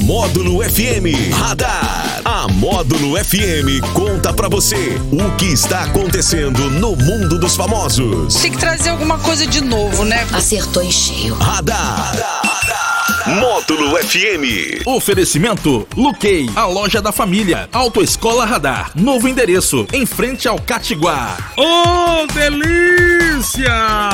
Módulo FM Radar. A Módulo FM conta pra você o que está acontecendo no mundo dos famosos. Tem que trazer alguma coisa de novo, né? Acertou em cheio. Radar. Módulo FM. Oferecimento Luquei, a loja da família. Autoescola Radar. Novo endereço, em frente ao Catiguá. Ô, delícia!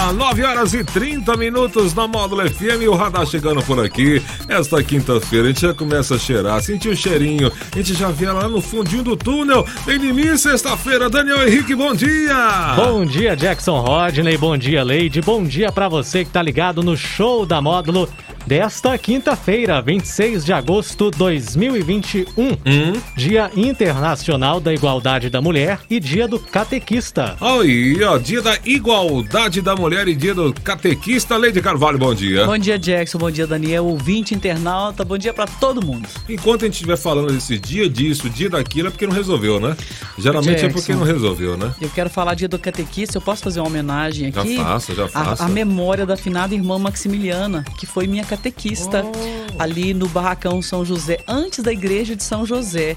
9h30 na Módulo FM e o Radar chegando por aqui. Esta quinta-feira a gente já começa a cheirar, sentir o cheirinho. A gente já vê lá no fundinho do túnel. Tem de mim sexta-feira. Daniel Henrique, bom dia! Bom dia, Jackson Rodney. Bom dia, Leide. Bom dia pra você que tá ligado no show da Módulo desta quinta-feira, 26 de agosto de 2021, Dia Internacional da Igualdade da Mulher e Dia do Catequista. Aí, ó, Dia da Igualdade da Mulher e Dia do Catequista. Leide Carvalho, bom dia. Bom dia, Jackson, bom dia, Daniel, ouvinte, internauta, bom dia pra todo mundo. Enquanto a gente estiver falando desse dia disso, dia daquilo, é porque não resolveu, né? Geralmente Jackson, é porque não resolveu, né? Eu quero falar Dia do Catequista, eu posso fazer uma homenagem aqui? Já faça. A memória da finada irmã Maximiliana, que foi minha catequista ali no Barracão São José, antes da igreja de São José.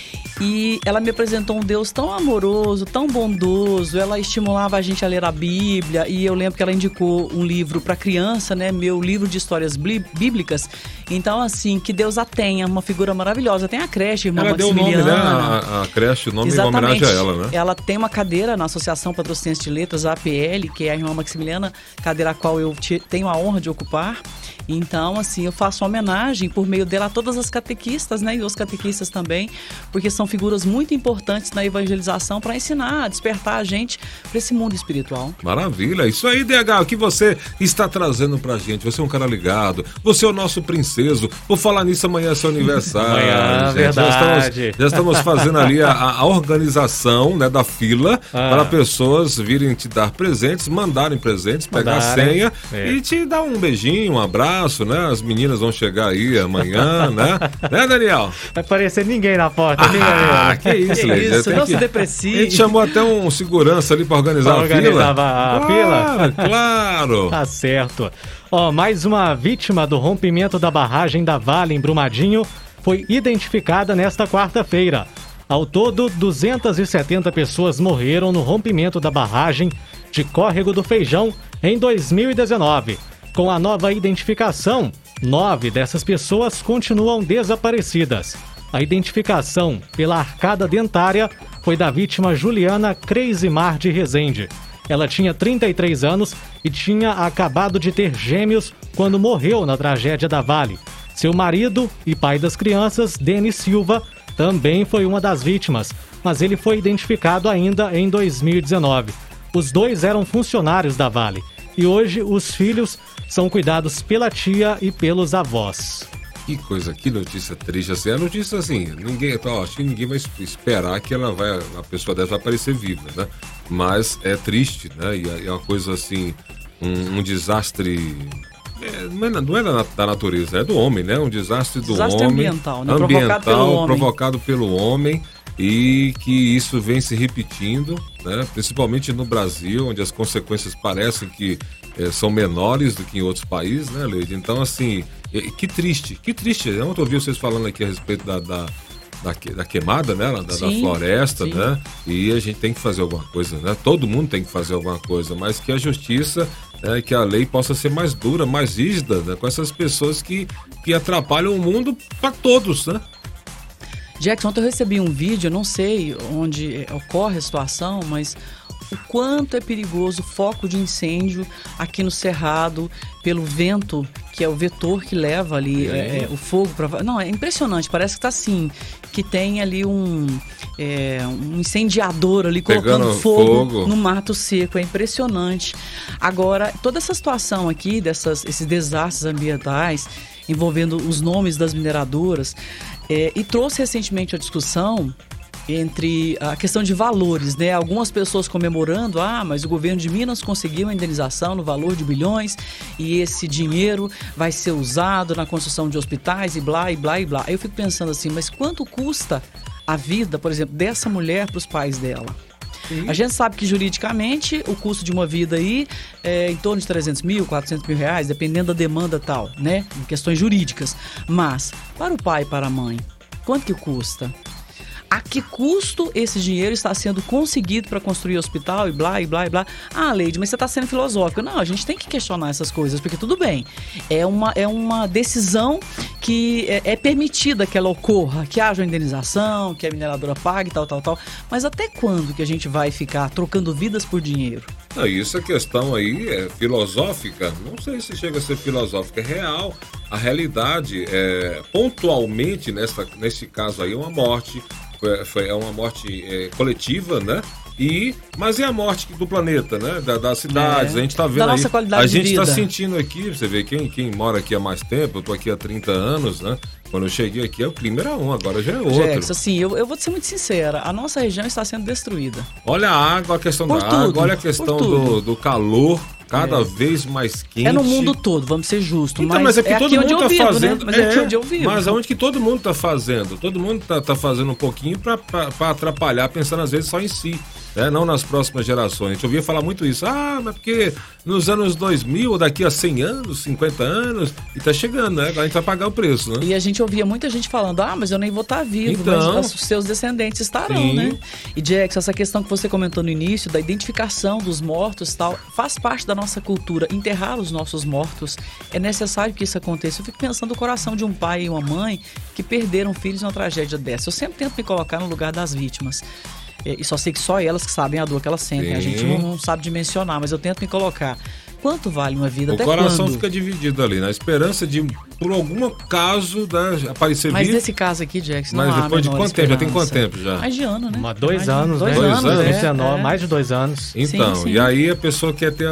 E ela me apresentou um Deus tão amoroso, tão bondoso. Ela estimulava a gente a ler a Bíblia. E eu lembro que ela indicou um livro para criança, né? Meu livro de histórias bíblicas. Então, assim, que Deus a tenha, uma figura maravilhosa. Tem a creche, irmã Maximiliana. Deu o nome, né? A creche, o nome em homenagem a ela, né? Ela tem uma cadeira na Associação Patrocinense de Letras, a APL, que é a irmã Maximiliana, cadeira a qual eu tenho a honra de ocupar. Então, assim, eu faço uma homenagem por meio dela a todas as catequistas, né? E os catequistas também, porque são figuras muito importantes na evangelização para ensinar, despertar a gente para esse mundo espiritual. Maravilha! Isso aí, DH, o que você está trazendo pra gente? Você é um cara ligado, você é o nosso princeso. Vou falar nisso, amanhã é seu aniversário. Amanhã, verdade. Já estamos fazendo ali a organização, né, da fila para pessoas virem te dar presentes, mandarem presentes, pegar a senha e te dar um beijinho, um abraço. Né? As meninas vão chegar aí amanhã, né? Né, Daniel? Vai aparecer ninguém na porta, que isso, Leide. Não se deprecie. A gente chamou até um segurança ali para organizar a fila. A fila? Claro. Tá certo. Ó, mais uma vítima do rompimento da barragem da Vale em Brumadinho foi identificada nesta quarta-feira. Ao todo, 270 pessoas morreram no rompimento da barragem de Córrego do Feijão em 2019. Com a nova identificação, 9 dessas pessoas continuam desaparecidas. A identificação pela arcada dentária foi da vítima Juliana Creisimar de Rezende. Ela tinha 33 anos e tinha acabado de ter gêmeos quando morreu na tragédia da Vale. Seu marido e pai das crianças, Denis Silva, também foi uma das vítimas, mas ele foi identificado ainda em 2019. Os dois eram funcionários da Vale. E hoje os filhos são cuidados pela tia e pelos avós. Que coisa, que notícia triste. Assim, a notícia assim, acho que ninguém vai esperar que a pessoa dessa vai aparecer viva, né? Mas é triste, né? E é uma coisa assim, um desastre. Não é da natureza, é do homem, né? Um desastre do homem. Ambiental, né? Provocado pelo homem. E que isso vem se repetindo, né? Principalmente no Brasil, onde as consequências parecem que são menores do que em outros países, né, Leide? Então, assim, que triste. Eu ouvi vocês falando aqui a respeito da queimada, né? Da floresta, sim. Né? E a gente tem que fazer alguma coisa, né? Todo mundo tem que fazer alguma coisa, mas que a justiça, que a lei possa ser mais dura, mais rígida, né? Com essas pessoas que atrapalham o mundo para todos, né? Jackson, ontem eu recebi um vídeo, eu não sei onde ocorre a situação, mas o quanto é perigoso o foco de incêndio aqui no Cerrado, pelo vento, que é o vetor que leva ali o fogo para... Não, é impressionante, parece que está assim, que tem ali um incendiador ali colocando fogo no mato seco, é impressionante. Agora, toda essa situação aqui, esses desastres ambientais, envolvendo os nomes das mineradoras, e trouxe recentemente a discussão entre a questão de valores, né? Algumas pessoas comemorando, mas o governo de Minas conseguiu uma indenização no valor de bilhões e esse dinheiro vai ser usado na construção de hospitais e blá, e blá, e blá. Aí eu fico pensando assim, mas quanto custa a vida, por exemplo, dessa mulher para os pais dela? A gente sabe que juridicamente o custo de uma vida aí é em torno de 300 mil, 400 mil reais, dependendo da demanda tal, né? Em questões jurídicas. Mas, para o pai e para a mãe, quanto que custa? A que custo esse dinheiro está sendo conseguido para construir hospital e blá, e blá, e blá? Ah, Leide, mas você está sendo filosófica. Não, a gente tem que questionar essas coisas, porque tudo bem. É uma decisão que é permitida que ela ocorra, que haja uma indenização, que a mineradora pague, tal. Mas até quando que a gente vai ficar trocando vidas por dinheiro? Não, isso é questão aí é filosófica, não sei se chega a ser filosófica, é real. A realidade, pontualmente, nesse caso aí, é uma morte, é uma morte coletiva, né? Mas é a morte do planeta, né? Das cidades, a gente tá vendo da nossa qualidade de vida. A gente tá sentindo aqui, você vê, quem mora aqui há mais tempo, eu tô aqui há 30 anos, né? Quando eu cheguei aqui, o clima era agora já é outro. Jackson, assim, eu vou te ser muito sincera, a nossa região está sendo destruída. Olha a água, a questão da água, olha a questão do calor. Cada vez mais quente. É no mundo todo, vamos ser justos. Então, mas é que todo mundo está fazendo. Né? Mas é aqui onde eu vivo. Mas aonde que todo mundo está fazendo? Todo mundo está fazendo um pouquinho para atrapalhar, pensando às vezes só em si, né? Não nas próximas gerações. A gente ouvia falar muito isso. Ah, mas porque nos anos 2000, daqui a 100 anos, 50 anos, e tá chegando, né? Agora a gente vai pagar o preço, né? E a gente ouvia muita gente falando, mas eu nem vou estar vivo, então, mas os seus descendentes estarão, sim, né? E, Jackson, essa questão que você comentou no início, da identificação dos mortos e tal, faz parte da nossa cultura. Enterrar os nossos mortos, é necessário que isso aconteça. Eu fico pensando no coração de um pai e uma mãe que perderam filhos numa tragédia dessa. Eu sempre tento me colocar no lugar das vítimas. E só sei que só elas que sabem a dor que elas sentem. Sim. A gente não sabe dimensionar, mas eu tento me colocar. Quanto vale uma vida? Até quando? O coração fica dividido ali, na esperança de, por algum caso, aparecer vivo. Mas nesse caso aqui, Jackson, mas depois de quanto tempo? Já tem quanto tempo já? Mais de ano, né? 2 anos, né? 2 anos? Mais de 2 anos. Então, sim. E aí a pessoa quer ter,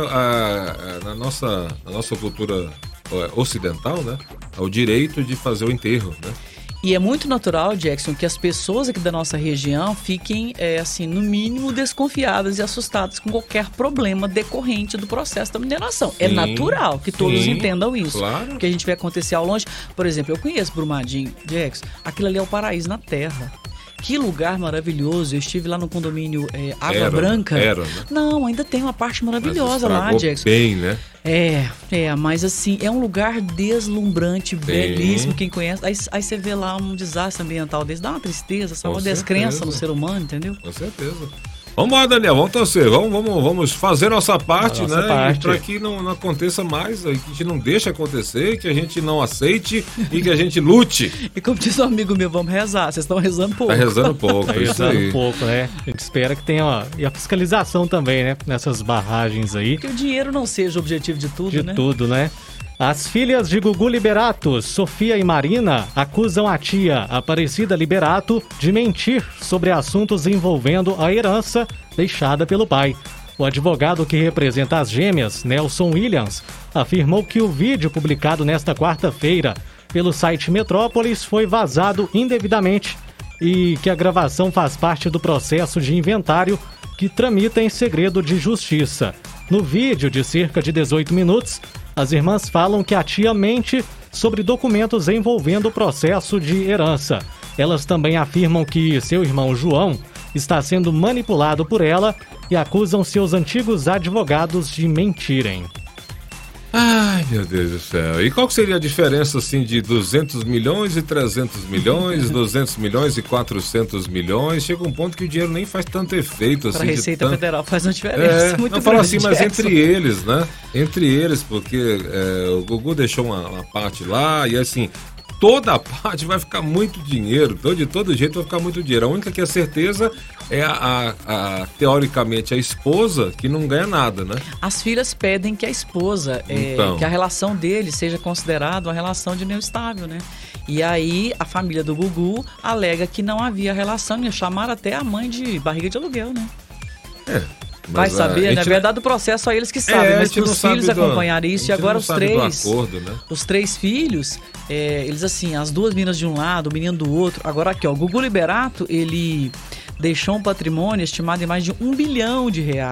na nossa cultura ocidental, né? O direito de fazer o enterro, né? E é muito natural, Jackson, que as pessoas aqui da nossa região fiquem, assim, no mínimo desconfiadas e assustadas com qualquer problema decorrente do processo da mineração. Sim, é natural que todos entendam isso. Claro. Que a gente vai acontecer ao longe. Por exemplo, eu conheço Brumadinho, Jackson, aquilo ali é o paraíso na terra. Que lugar maravilhoso. Eu estive lá no condomínio Água Branca. Né? Não, ainda tem uma parte maravilhosa lá, Jackson. Bem, né? Mas assim, é um lugar deslumbrante, belíssimo, quem conhece. Aí você vê lá um desastre ambiental desse, dá uma tristeza, só uma descrença no ser humano, entendeu? Com certeza. Vamos lá, Daniel, vamos torcer, vamos fazer nossa parte, né? Para que não aconteça mais, que a gente não deixe acontecer, que a gente não aceite e que a gente lute. E como diz um amigo meu, vamos rezar, vocês estão rezando pouco. Tá rezando pouco, tá rezando pouco, né? A gente espera que tenha, e a fiscalização também, né? Nessas barragens aí. Que o dinheiro não seja o objetivo de tudo, né? De tudo, né? As filhas de Gugu Liberato, Sofia e Marina, acusam a tia Aparecida Liberato de mentir sobre assuntos envolvendo a herança deixada pelo pai. O advogado que representa as gêmeas, Nelson Williams, afirmou que o vídeo publicado nesta quarta-feira pelo site Metrópolis foi vazado indevidamente e que a gravação faz parte do processo de inventário que tramita em segredo de justiça. No vídeo de cerca de 18 minutos, as irmãs falam que a tia mente sobre documentos envolvendo o processo de herança. Elas também afirmam que seu irmão João está sendo manipulado por ela e acusam seus antigos advogados de mentirem. Ai, meu Deus do céu. E qual que seria a diferença, assim, de 200 milhões e 300 milhões, 200 milhões e 400 milhões? Chega um ponto que o dinheiro nem faz tanto efeito, assim. Para a Receita Federal faz uma diferença muito grande. Não fala assim, mas entre eles, né? Entre eles, porque o Gugu deixou uma parte lá e, assim, toda a parte vai ficar muito dinheiro. De todo jeito vai ficar muito dinheiro. A única que é certeza é teoricamente, a esposa que não ganha nada, né? As filhas pedem que a esposa, que a relação dele seja considerada uma relação de união estável, né? E aí a família do Gugu alega que não havia relação e chamaram até a mãe de barriga de aluguel, né? Vai saber, na verdade o processo só eles que sabem, mas para os filhos acompanhar isso. E agora os três filhos, eles assim, as duas meninas de um lado, o menino do outro. Agora aqui, ó, o Gugu Liberato, ele deixou um patrimônio estimado em mais de R$1 bilhão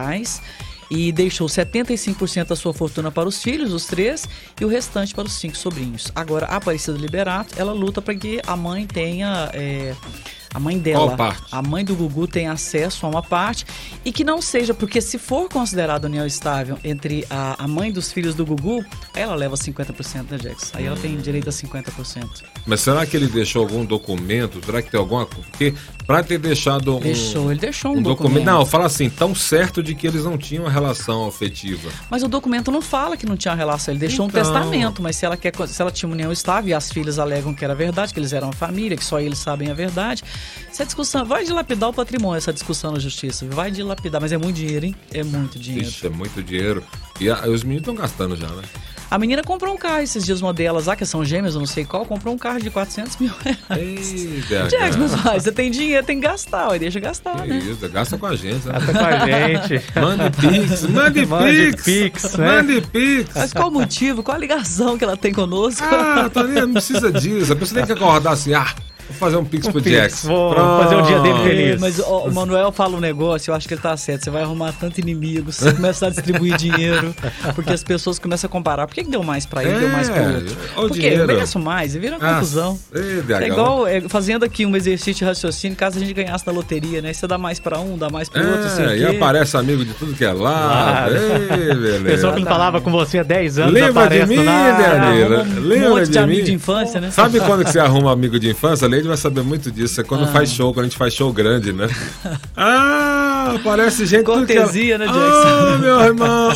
e deixou 75% da sua fortuna para os filhos, os 3, e o restante para os 5 sobrinhos. Agora, a Aparecida Liberato, ela luta para que a mãe tenha A mãe dela. Qual parte? A mãe do Gugu tem acesso a uma parte e que não seja, porque se for considerada união estável entre a mãe dos filhos do Gugu, aí ela leva 50%, né, Jackson? Aí ela tem direito a 50%. Mas será que ele deixou algum documento? Será que tem alguma coisa? Porque pra ter deixado ele deixou um documento. Não, fala assim, tão certo de que eles não tinham uma relação afetiva. Mas o documento não fala que não tinha relação, ele deixou um testamento, mas se ela tinha uma união estável e as filhas alegam que era verdade, que eles eram uma família, que só eles sabem a verdade, essa discussão vai dilapidar o patrimônio, essa discussão na justiça, vai dilapidar, mas é muito dinheiro, hein? É muito dinheiro. Ixi, é muito dinheiro. E os meninos estão gastando já, né? A menina comprou um carro esses dias, uma delas lá, que são gêmeas, eu não sei qual, comprou um carro de 400 mil reais. Ei, Jackson, mas você tem dinheiro, tem que gastar, deixa gastar, né? Isso, gasta com a gente, né? Gasta com a gente. Mande Pix. Mas qual o motivo, qual a ligação que ela tem conosco? Não precisa disso. A pessoa tem que acordar assim, vou fazer um Pix pro Jackson. Vou fazer o dia dele feliz. Mas o Manuel fala um negócio, eu acho que ele tá certo. Você vai arrumar tanto inimigo, você começa a distribuir dinheiro, porque as pessoas começam a comparar. Por que deu mais pra ele, deu mais pro outro? Porque eu mereço mais, e vira uma confusão. É igual fazendo aqui um exercício de raciocínio, caso a gente ganhasse na loteria, né? Você dá mais pra um, dá mais pro outro, e aparece amigo de tudo que é lado. Pessoa que não falava com você há 10 anos, lembra de mim, Danila? Lembra de amigo de infância, né? Sabe quando que você arruma amigo de infância? A Leide vai saber muito disso. É quando faz show, quando a gente faz show grande, né? Aparece gente... Cortesia, né, Jackson? Meu irmão!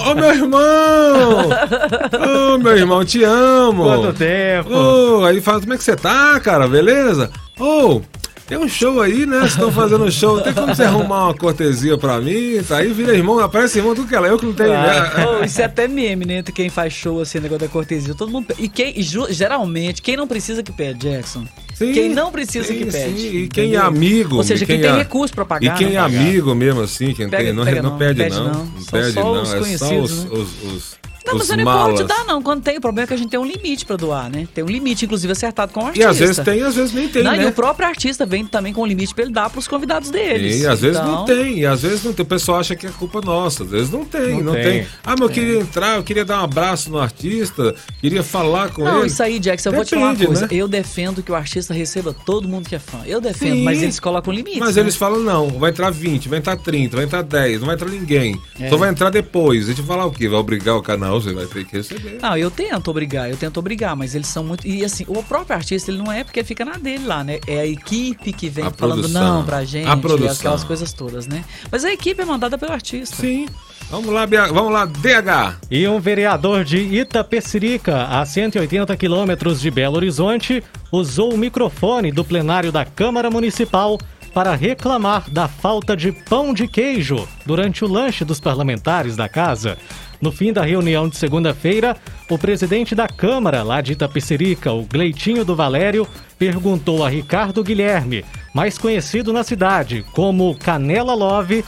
Meu irmão, te amo! Quanto tempo! Aí fala, como é que você tá, cara? Beleza? Tem um show aí, né? Vocês estão fazendo um show. Tem como você arrumar uma cortesia pra mim? Tá aí, vira irmão, aparece irmão, tudo que ela é. Eu que não tenho ideia. Isso é até meme, né? Entre quem faz show, assim, negócio da cortesia. Todo mundo... geralmente, quem não precisa que pede, Jackson? Sim, quem não precisa que pede. Sim. E quem é amigo... Ou seja, quem tem recurso pra pagar. E quem é amigo mesmo, assim, quem tem... Não pede, não. Não pede, não. Os conhecidos, os Não, mas você não pode dar, não. Quando tem, o problema é que a gente tem um limite pra doar, né? Tem um limite, inclusive, acertado com o artista. E às vezes tem, às vezes nem tem, né? E o próprio artista vem também com o limite pra ele dar pros convidados deles. E às vezes não tem, e às vezes não tem. O pessoal acha que é culpa nossa, às vezes não tem. Mas eu queria entrar, eu queria dar um abraço no artista, queria falar com ele. Não, isso aí, Jackson, eu vou te falar uma coisa. Né? Eu defendo que o artista receba todo mundo que é fã. Eu defendo, mas eles colocam limites. Mas eles falam, não, vai entrar 20, vai entrar 30, vai entrar 10, não vai entrar ninguém. Só vai entrar depois. A gente vai falar o quê? Vai obrigar o canal, você vai ter que receber. Não, eu tento obrigar, mas eles são muito... E assim, o próprio artista, ele não é porque fica na dele lá, né? É a equipe que vem falando não pra gente, aquelas coisas todas, né? Mas a equipe é mandada pelo artista. Sim. Vamos lá, DH. E um vereador de Itapecerica, a 180 quilômetros de Belo Horizonte, usou o microfone do plenário da Câmara Municipal para reclamar da falta de pão de queijo durante o lanche dos parlamentares da casa. No fim da reunião de segunda-feira, o presidente da Câmara, lá de Itapecerica, o Gleitinho do Valério, perguntou a Ricardo Guilherme, mais conhecido na cidade como Canela Love...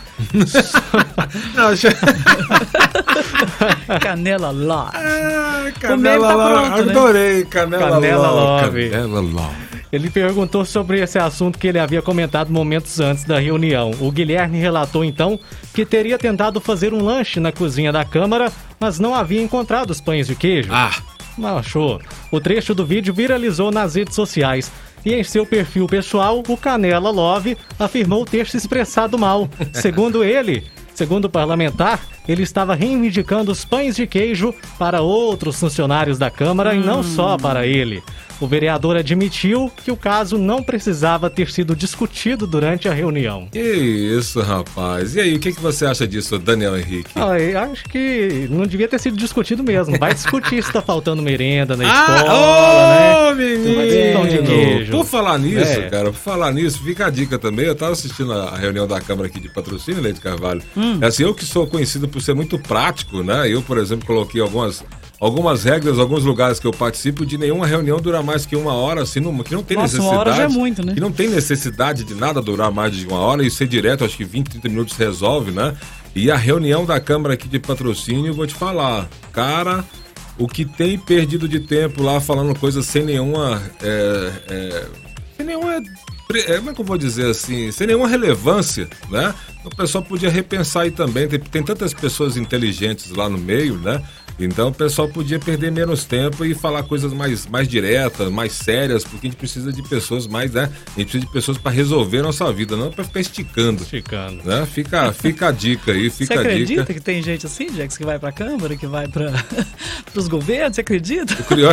Canela Love. Canela Love. Né? Adorei, Canela Love. Ele perguntou sobre esse assunto que ele havia comentado momentos antes da reunião. O Guilherme relatou, então, que teria tentado fazer um lanche na cozinha da Câmara, mas não havia encontrado os pães de queijo. Não achou. O trecho do vídeo viralizou nas redes sociais. E em seu perfil pessoal, o Canela Love afirmou ter se expressado mal. Segundo o parlamentar, ele estava reivindicando os pães de queijo para outros funcionários da Câmara e não só para ele. O vereador admitiu que o caso não precisava ter sido discutido durante a reunião. Que isso, rapaz. E aí, o que você acha disso, Daniel Henrique? Eu acho que não devia ter sido discutido mesmo. Vai discutir se tá faltando merenda na escola, né? Menino! Por falar nisso, fica a dica também. Eu tava assistindo a reunião da Câmara aqui de patrocínio, Leite Carvalho. Assim, eu que sou conhecido por ser muito prático, né? Eu, por exemplo, coloquei algumas regras, alguns lugares que eu participo, de nenhuma reunião durar mais que 1 hora, assim, que não tem necessidade. 1 hora já é muito, né? Que não tem necessidade de nada durar mais de 1 hora e ser direto, acho que 20, 30 minutos resolve, né? E a reunião da Câmara aqui de patrocínio, vou te falar, cara, o que tem perdido de tempo lá falando coisas sem nenhuma... como é que eu vou dizer assim? Sem nenhuma relevância, né? O pessoal podia repensar aí também. Tem tantas pessoas inteligentes lá no meio, né? Então o pessoal podia perder menos tempo e falar coisas mais diretas, mais sérias, porque a gente precisa de pessoas mais, né? A gente precisa de pessoas para resolver a nossa vida, não para ficar esticando. Né? Fica a dica aí, fica a dica. Você acredita que tem gente assim, Jax, que vai pra Câmara, que vai para os governos? Você acredita?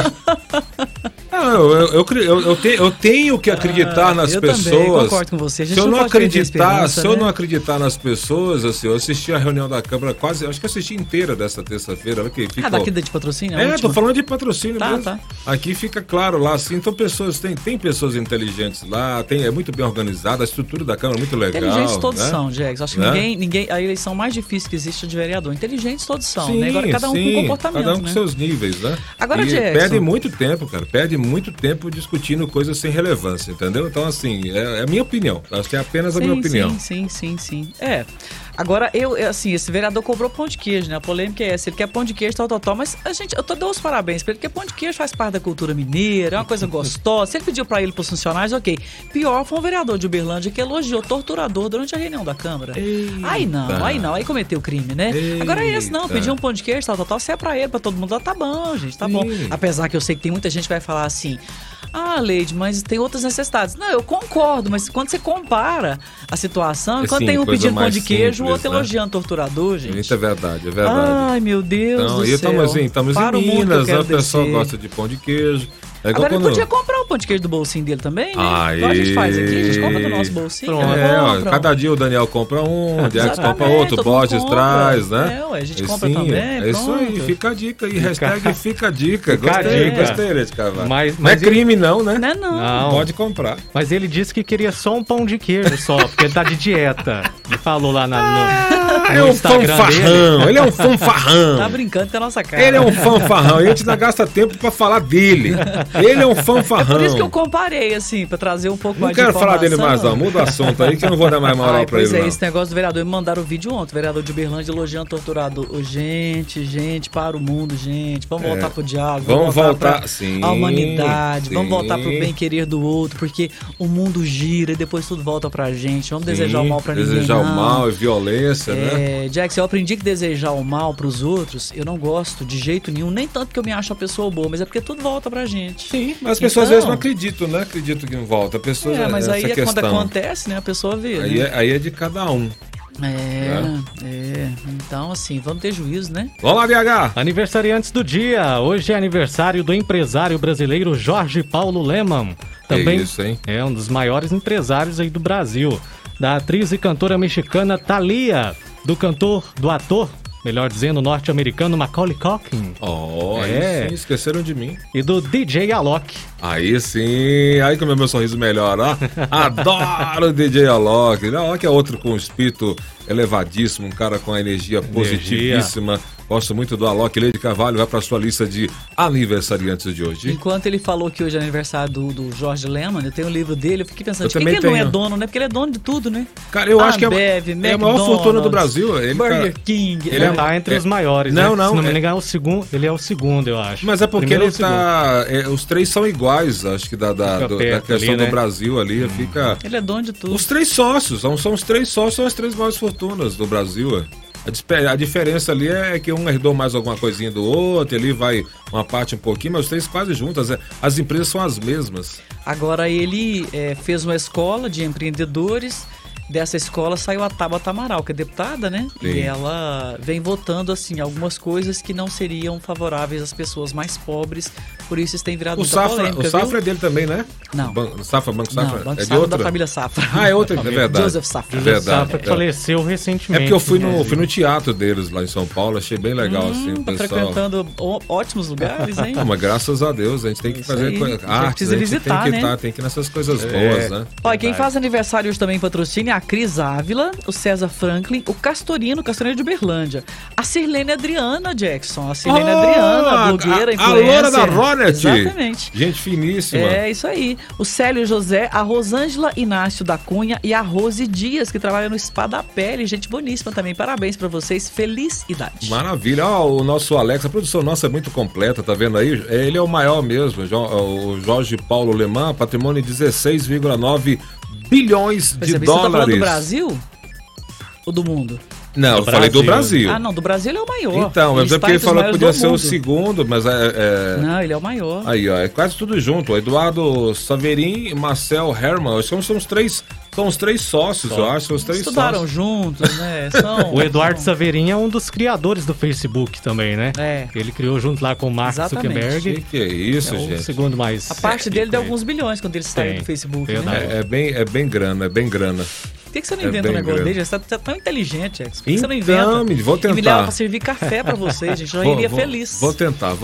Eu tenho que acreditar nas pessoas. Também concordo com você. Se eu não acreditar nas pessoas, assim, eu assisti a reunião da Câmara acho que assisti inteira dessa terça-feira. Daqui de patrocínio? Tô falando de patrocínio mesmo. Tá. Aqui fica claro lá, assim, então pessoas, tem pessoas inteligentes lá, é muito bem organizada, a estrutura da Câmara é muito legal. Inteligentes todos né? são, Jax. Acho que ninguém, a eleição mais difícil que existe é de vereador. Inteligentes todos são, sim, né? Agora cada um com comportamento, cada um com seus níveis, né? Agora, Jackson, perde muito tempo, cara, muito tempo discutindo coisas sem relevância, entendeu? Então, assim, é a minha opinião, acho que é apenas a minha opinião. Sim. Agora, esse vereador cobrou pão de queijo, né? A polêmica é essa, ele quer pão de queijo, tal, mas eu dou os parabéns pra ele, porque pão de queijo faz parte da cultura mineira, é uma coisa gostosa. Se ele pediu pra ele, pros funcionários, ok. Pior foi um vereador de Uberlândia que elogiou torturador durante a reunião da Câmara. Aí não, cometeu crime, né? Agora é esse, não, pediu um pão de queijo, tal, se é pra ele, pra todo mundo, tá bom, gente, tá bom. Apesar que eu sei que tem muita gente que vai falar assim, Leide, mas tem outras necessidades. Não, eu concordo, mas quando você compara a situação, quando tem um pedindo pão de queijo, o outro elogiando torturador, gente. Isso é verdade. Ai, meu Deus do céu. Estamos em Minas, o pessoal gosta de pão de queijo. Agora ele podia comprar o pão de queijo do bolsinho dele também, né? Igual a gente faz aqui, a gente compra do nosso bolsinho. Cada dia o Daniel compra um, o Jax compra outro, o Borges traz, né? A gente compra também. É isso aí, fica a dica aí, hashtag fica a dica. Gostei, Leite Carvalho. Mas não é crime não, né? Não. Pode comprar. Mas ele disse que queria só um pão de queijo só, porque ele tá de dieta. Ele falou lá no Instagram dele. Ele é um fanfarrão. Tá brincando com a nossa cara. Ele é um fanfarrão, e a gente não gasta tempo pra falar dele. Ele é um fanfarrão. É por isso que eu comparei, assim, pra trazer um pouco mais de informação. Não quero falar dele mais, não. Muda o assunto aí que eu não vou dar mais moral pra ele, não. Esse negócio do vereador, me mandaram o vídeo ontem, o vereador de Uberlândia elogiando o torturador. Gente, para o mundo, gente. Vamos voltar pro diálogo. Vamos voltar a humanidade. Vamos voltar pro bem-querer do outro, porque o mundo gira e depois tudo volta pra gente. Vamos desejar o mal pra ninguém, desejar o mal e violência, né? Jax, eu aprendi que desejar o mal pros outros, eu não gosto de jeito nenhum, nem tanto que eu me acho uma pessoa boa, mas é porque tudo volta pra gente. Sim, mas as pessoas às vezes não acreditam, né? Acreditam que não volta. Mas aí é quando acontece, né? A pessoa vê. Aí é de cada um. Então, assim, vamos ter juízo, né? Vamos lá, BH! Aniversariantes do dia. Hoje é aniversário do empresário brasileiro Jorge Paulo Lemann. Também isso, hein? É um dos maiores empresários aí do Brasil. Da atriz e cantora mexicana Thalía. Do ator, melhor dizendo, norte-americano Macaulay Culkin. Aí sim, esqueceram de mim. E do DJ Alok. Aí sim, aí como é meu sorriso melhor, ó. Adoro o DJ Alok. Alok é outro com espírito elevadíssimo, um cara com a energia positivíssima. Gosto muito do Alok. Leide Carvalho vai para sua lista de aniversariantes de hoje. Enquanto ele falou que hoje é aniversário do Jorge Lemann, eu tenho o livro dele, eu fiquei pensando, de quem que ele não é dono, né? Porque ele é dono de tudo, né? Cara, eu acho que é a maior fortuna do Brasil. Burger King. Ele tá entre os maiores, não, né? Se não me engano, ele é o segundo, eu acho. Mas é porque primeiro ele tá... os três são iguais, acho que da questão ali, do Brasil ali. Fica... Ele é dono de tudo. Os três sócios, são os três sócios, são as três maiores fortunas do Brasil. A diferença ali é que um herdou mais alguma coisinha do outro, ali vai uma parte um pouquinho, mas os três quase juntas. As empresas são as mesmas. Agora ele fez uma escola de empreendedores. Dessa escola saiu a Tabata Amaral, que é deputada, né? Sim. E ela vem votando, assim, algumas coisas que não seriam favoráveis às pessoas mais pobres. Por isso isso tem virado muita polêmica, o Safra é dele também, né? Não. Banco Safra? Banco é Safra de outra? da família Safra. É outra, é verdade. Joseph Safra. Safra que faleceu recentemente. É porque eu fui no teatro deles lá em São Paulo, achei bem legal, assim, o pessoal. Frequentando ótimos lugares, hein? Mas graças a Deus, a gente tem que fazer arte, precisa visitar, tem que ir nessas coisas boas, né? Olha, quem faz aniversário hoje também em patrocínio é a Cris Ávila, o César Franklin, o Castorino de Uberlândia, a Sirlene Adriana Jackson, a blogueira, influencer. A loura da Ronet. Exatamente. Gente finíssima. É isso aí. O Célio José, a Rosângela Inácio da Cunha e a Rose Dias, que trabalha no Spa da Pele. Gente boníssima também. Parabéns pra vocês. Felicidade. Maravilha. O nosso Alex, a produção nossa é muito completa, tá vendo aí? Ele é o maior mesmo, o Jorge Paulo Lemann, patrimônio de 16,9 bilhões de dólares. Você tá falando do Brasil ou do mundo? Não, eu falei do Brasil. Ah, não, do Brasil ele é o maior. Então, mas é porque ele falou que podia ser o segundo, mas Não, ele é o maior. Aí, ó, é quase tudo junto. Eduardo Saverin e Marcel Hermann, são os três sócios, eu acho. Os três estudaram sócios. juntos, né? O Eduardo Saverin é um dos criadores do Facebook também, né? Ele criou junto lá com o Mark Zuckerberg. Que é isso, gente? O segundo mais. A parte dele deu alguns bilhões quando ele saiu do Facebook. Né? É bem grana. Por que você não inventa um negócio dele? Você tá tão inteligente, Ex. Por que você não inventa? Vou tentar. E me leva pra servir café pra você, gente. Eu iria feliz. Vou tentar.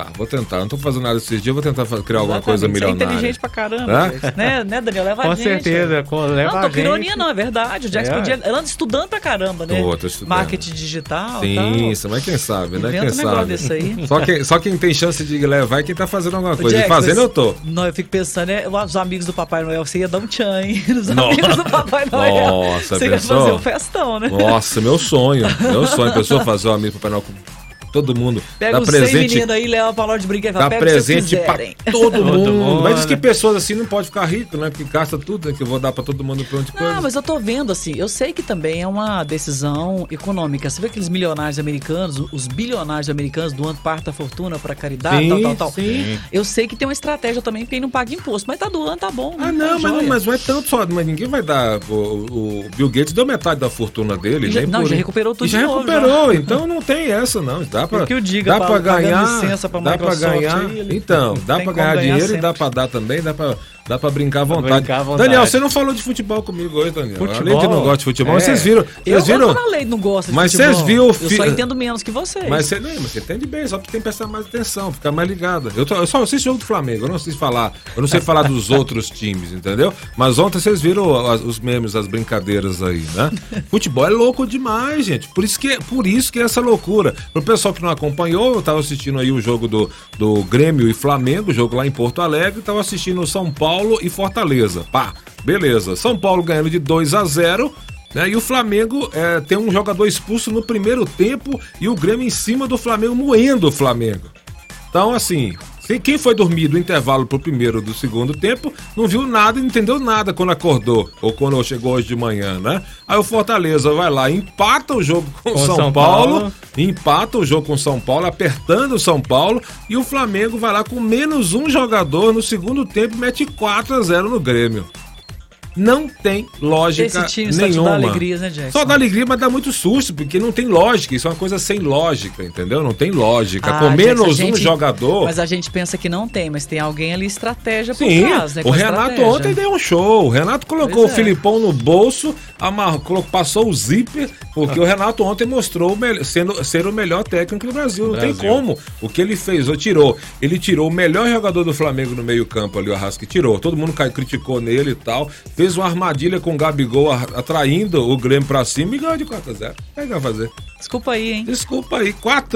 Não tô fazendo nada esses dias, eu vou tentar criar alguma coisa milionária. Você é inteligente pra caramba, né, Daniel? Leva a gente. Com certeza, leva a gente. Não, tô com ironia não, é verdade. O Jax podia... Ela anda estudando pra caramba, né? Tô estudando. Marketing digital e tal. Mas quem sabe, né? Quem sabe. Desse aí. Só quem tem chance de levar é quem tá fazendo alguma coisa. Jax, fazendo eu tô. Não, eu fico pensando, né? Os amigos do Papai Noel, você ia dar um tchan, hein? Os amigos do Papai Noel. Nossa, você ia fazer um festão, né? Nossa, meu sonho. A pessoa fazer um amigo do Papai Noel com todo mundo. Pega dá os presente, 100 meninos aí, leva pra loja de brinquedo. Dá presente pra todo mundo. Mas diz que pessoas assim não podem ficar ricas, né? Que gasta tudo, né? Que eu vou dar pra todo mundo pronto de coisa. Não, mas eu tô vendo assim, eu sei que também é uma decisão econômica. Você vê aqueles milionários americanos, os bilionários americanos doando parte da fortuna pra caridade, tal. Sim. Eu sei que tem uma estratégia também porque não paga imposto, mas tá doando, tá bom. Mas não é tanto só, mas ninguém vai dar. O Bill Gates deu metade da fortuna dele. Já recuperou tudo de novo. Já recuperou, então não tem essa, não. Dá pra. Dá pra ganhar, dá pra ganhar, então, dá pra ganhar dinheiro sempre. E dá pra dar também, dá pra brincar à vontade. Daniel, você não falou de futebol comigo hoje, Daniel. Além de não gosta de futebol, mas vocês viram? Eu falei não gosto de mas futebol. Vocês viram? Eu só entendo menos que vocês. Mas você entende bem, só que tem que prestar mais atenção, ficar mais ligado. Eu só assisto o jogo do Flamengo, eu não sei falar dos outros times, entendeu? Mas ontem vocês viram os memes, as brincadeiras aí, né? Futebol é louco demais, gente. Por isso que é essa loucura. Pro pessoal que não acompanhou, eu tava assistindo aí o jogo do Grêmio e Flamengo, jogo lá em Porto Alegre, tava assistindo o São Paulo e Fortaleza. Pá, beleza. São Paulo ganhando de 2-0, né? E o Flamengo tem um jogador expulso no primeiro tempo e o Grêmio em cima do Flamengo, moendo o Flamengo. Então, assim, quem foi dormir do intervalo pro primeiro do segundo tempo, não viu nada, não entendeu nada quando acordou, ou quando chegou hoje de manhã, né? Aí o Fortaleza vai lá, empata o jogo com São Paulo, empata o jogo com São Paulo, apertando o São Paulo, e o Flamengo vai lá com menos um jogador no segundo tempo e mete 4-0 no Grêmio. Não tem lógica nenhuma. Esse time nenhuma. Só te dá alegria, né, Jackson? Só dá alegria, mas dá muito susto, porque não tem lógica. Isso é uma coisa sem lógica, entendeu? Não tem lógica. Com menos um jogador... Mas a gente pensa que não tem, mas tem alguém ali estratégia por Sim, trás, né? O Renato ontem deu um show. O Renato colocou o Filipão no bolso, passou o zíper, porque o Renato ontem mostrou ser o melhor técnico do Brasil. Não tem como. O que ele fez? Ele tirou o melhor jogador do Flamengo no meio campo ali, o Arrasca, tirou. Todo mundo criticou nele e tal. Fez uma armadilha com o Gabigol atraindo o Grêmio pra cima e ganhou de 4-0. O que vai fazer? Desculpa aí, hein? Desculpa aí.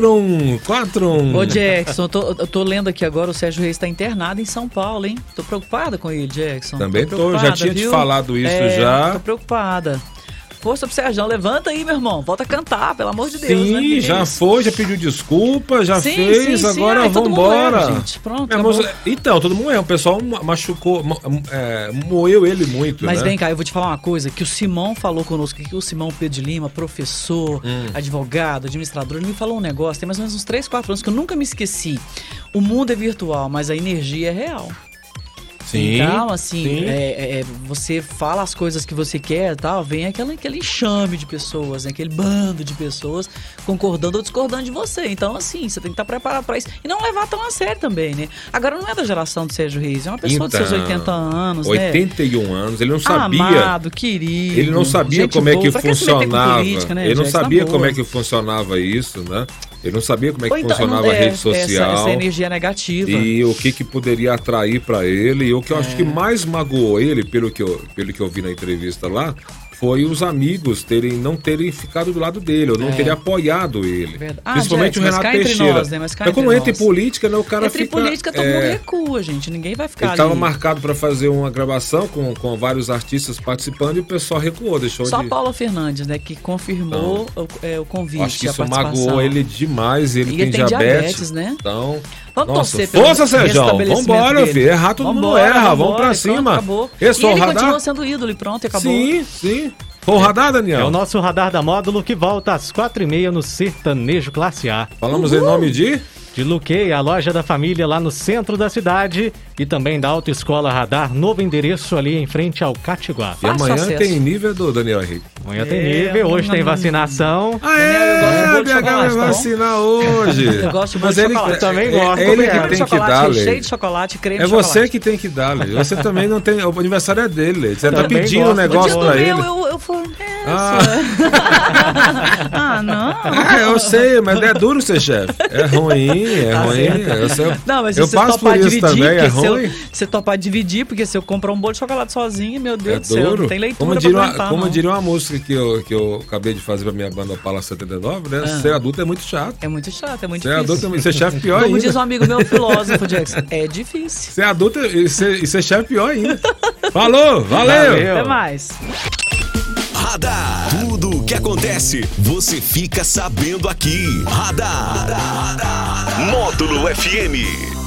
4-1. Ô, Jackson, eu tô lendo aqui agora, o Sérgio Reis tá internado em São Paulo, hein? Tô preocupada com ele, Jackson. Também tô, já tinha te falado isso já. Tô preocupada. Força pro Sérgio, levanta aí, meu irmão. Volta a cantar, pelo amor de Deus. Sim, né? Já foi, já pediu desculpa, já fez, agora vambora. Pronto, então, todo mundo o pessoal machucou, moeu ele muito, mas né? Vem cá, eu vou te falar uma coisa, que o Simão falou conosco, que o Simão Pedro de Lima, professor, advogado, administrador, ele me falou um negócio, tem mais ou menos uns 3, 4 anos, que eu nunca me esqueci. O mundo é virtual, mas a energia é real. Sim, então, assim, você fala as coisas que você quer e tal, vem aquele enxame de pessoas, né? Aquele bando de pessoas concordando ou discordando de você. Então, assim, você tem que estar preparado para isso. E não levar tão a sério também, né? Agora, não é da geração do Sérgio Reis, é uma pessoa de seus 80 anos, 81 anos, ele não sabia. Amado, querido. Ele não sabia como é que funcionava. Política, né, ele não sabia como é que funcionava isso, né? Ele não sabia como é que funcionava a rede social. Essa energia negativa. E o que poderia atrair para ele. E o que eu acho que mais magoou ele, pelo que eu vi na entrevista lá, foi os amigos não terem ficado do lado dele, ou não terem apoiado ele. Principalmente o Renato Teixeira. Nós, né? Mas quando entra em política, né, o cara fica... Entre política, todo mundo recua, gente. Ninguém vai ficar ele estava marcado para fazer uma gravação com vários artistas participando e o pessoal recuou, Só a Paula Fernandes, né, que confirmou o convite. Acho que isso magoou ele demais. Ele tem diabetes, né? Então... Vamos torcer pelo Força, Sérgio! Vambora, filho. Errar todo mundo erra. Vamos pra cima. Acabou. E ele continua sendo ídolo e pronto, acabou. Sim. Qual o radar, Daniel? É o nosso radar da Módulo que volta às 4h30 no Sertanejo Classe A. Falamos em nome de Luquei, a loja da família lá no centro da cidade e também da Autoescola Radar, novo endereço ali em frente ao Catiguá. E amanhã tem nível do Daniel Henrique. Amanhã tem nível, hoje tem vacinação. O BH vai vacinar hoje. Eu gosto muito de chocolate. Eu também gosto. É ele que tem que dar, Leite. Cheio de chocolate, creme de É chocolate. você que tem que dar, Leite. Você também não tem... O aniversário é dele, Leite. Você tá Também pedindo um gosto. negócio pra ele. Eu fui... não. Eu sei, mas é duro ser chefe. É ruim. Não, mas eu se passo você topar por isso dividir, também, é ruim. você topar dividir, porque se eu comprar um bolo de chocolate sozinho, meu Deus do céu, não tem leitura Como diria uma música que eu acabei de fazer pra minha banda Opala 79, né? Ser adulto é muito chato. É muito chato, é muito Ser difícil. adulto, ser chefe pior Como ainda. diz um amigo meu, filósofo, Jackson, é difícil. Ser adulto e ser chefe pior ainda. Falou, valeu! Até mais. Radar. Tudo o que acontece, você fica sabendo aqui. Radar. Módulo FM.